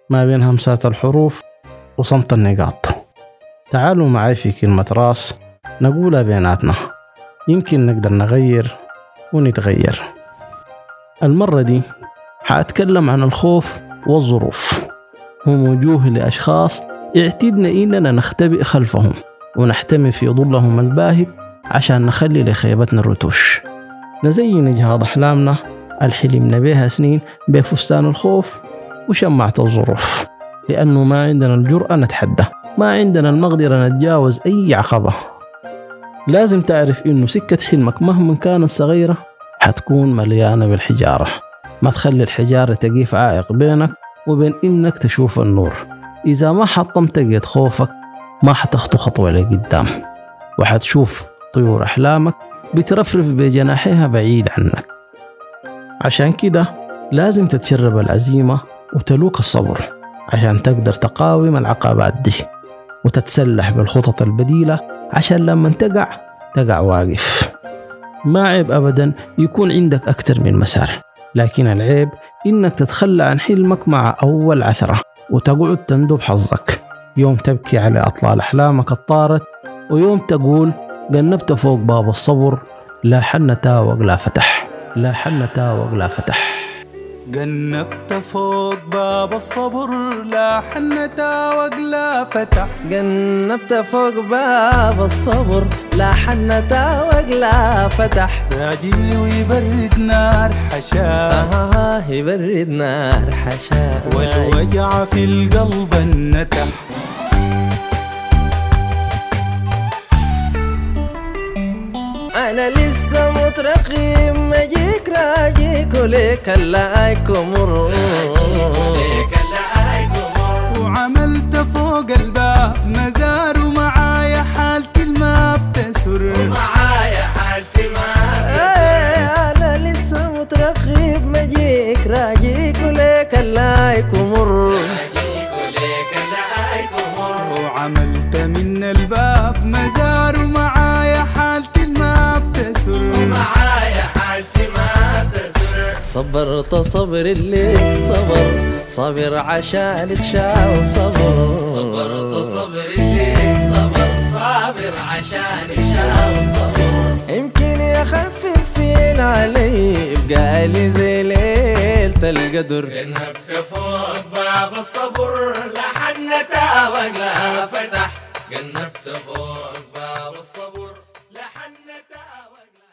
ما بين همسات الحروف وصمت النقاط. تعالوا معي في كلمة راس نقولها بيناتنا، يمكن نقدر نغير ونتغير. المرة دي حأتكلم عن الخوف والظروف. هم وجوه لأشخاص اعتدنا إننا نختبئ خلفهم ونحتمي في ظلهم الباهت عشان نخلي لخيبتنا الرتوش، نزين إجهاض أحلامنا الحلمنا بها سنين بفستان الخوف وشمعة الظروف، لأنه ما عندنا الجرأة نتحدى، ما عندنا المقدرة نتجاوز أي عقبة. لازم تعرف إنه سكة حلمك مهما كانت صغيرة حتكون مليانة بالحجارة. ما تخلي الحجارة تقيف عائق بينك وبين إنك تشوف النور. إذا ما حطمت قيد خوفك ما حتخطو خطوة لقدام، وحتشوف طيور أحلامك بترفرف بجناحها بعيد عنك. عشان كده لازم تتشرب العزيمة وتلوك الصبر عشان تقدر تقاوم العقبات دي، وتتسلح بالخطط البديلة عشان لما تقع واقف. ما عيب أبدا يكون عندك أكتر من مسار، لكن العيب إنك تتخلى عن حلمك مع أول عثرة وتقعد تندب حظك. يوم تبكي على أطلال أحلامك الطارت، ويوم تقول جنبت فوق باب الصبر لا حنتا وقلا فتح، لا حنتا وقلا فتح. جنبت فوق باب الصبر لا حنتا وقلا فتح، جنبت فوق باب الصبر لا حنتا وقلا فتح. راجي ويبرد نار حشا يبرد نار حشا، والوجع في القلب النتح. أنا لسه مترقب مجيك راجيك وليك اللايك مر، وعملت فوق الباب مزار ومعايا حالتي ما بتسر، أنا لسه مترقب مجيك راجيك وليك اللايك مر، وعملت من الباب مزار ومعايا حالتي ما بتسر، صبرت صبر الليك صبر، صابر عشان تشاو صبر، صبرت صبر الليك صبر، صابر عشان تشاو صبر. يمكن يخفف فين علي يبقى لي زي ليلة القدر. جنبت فوق باب الصبر لا حنتا وقلا فتح، جنبت فوق باب الصبر لا حنتا وقلا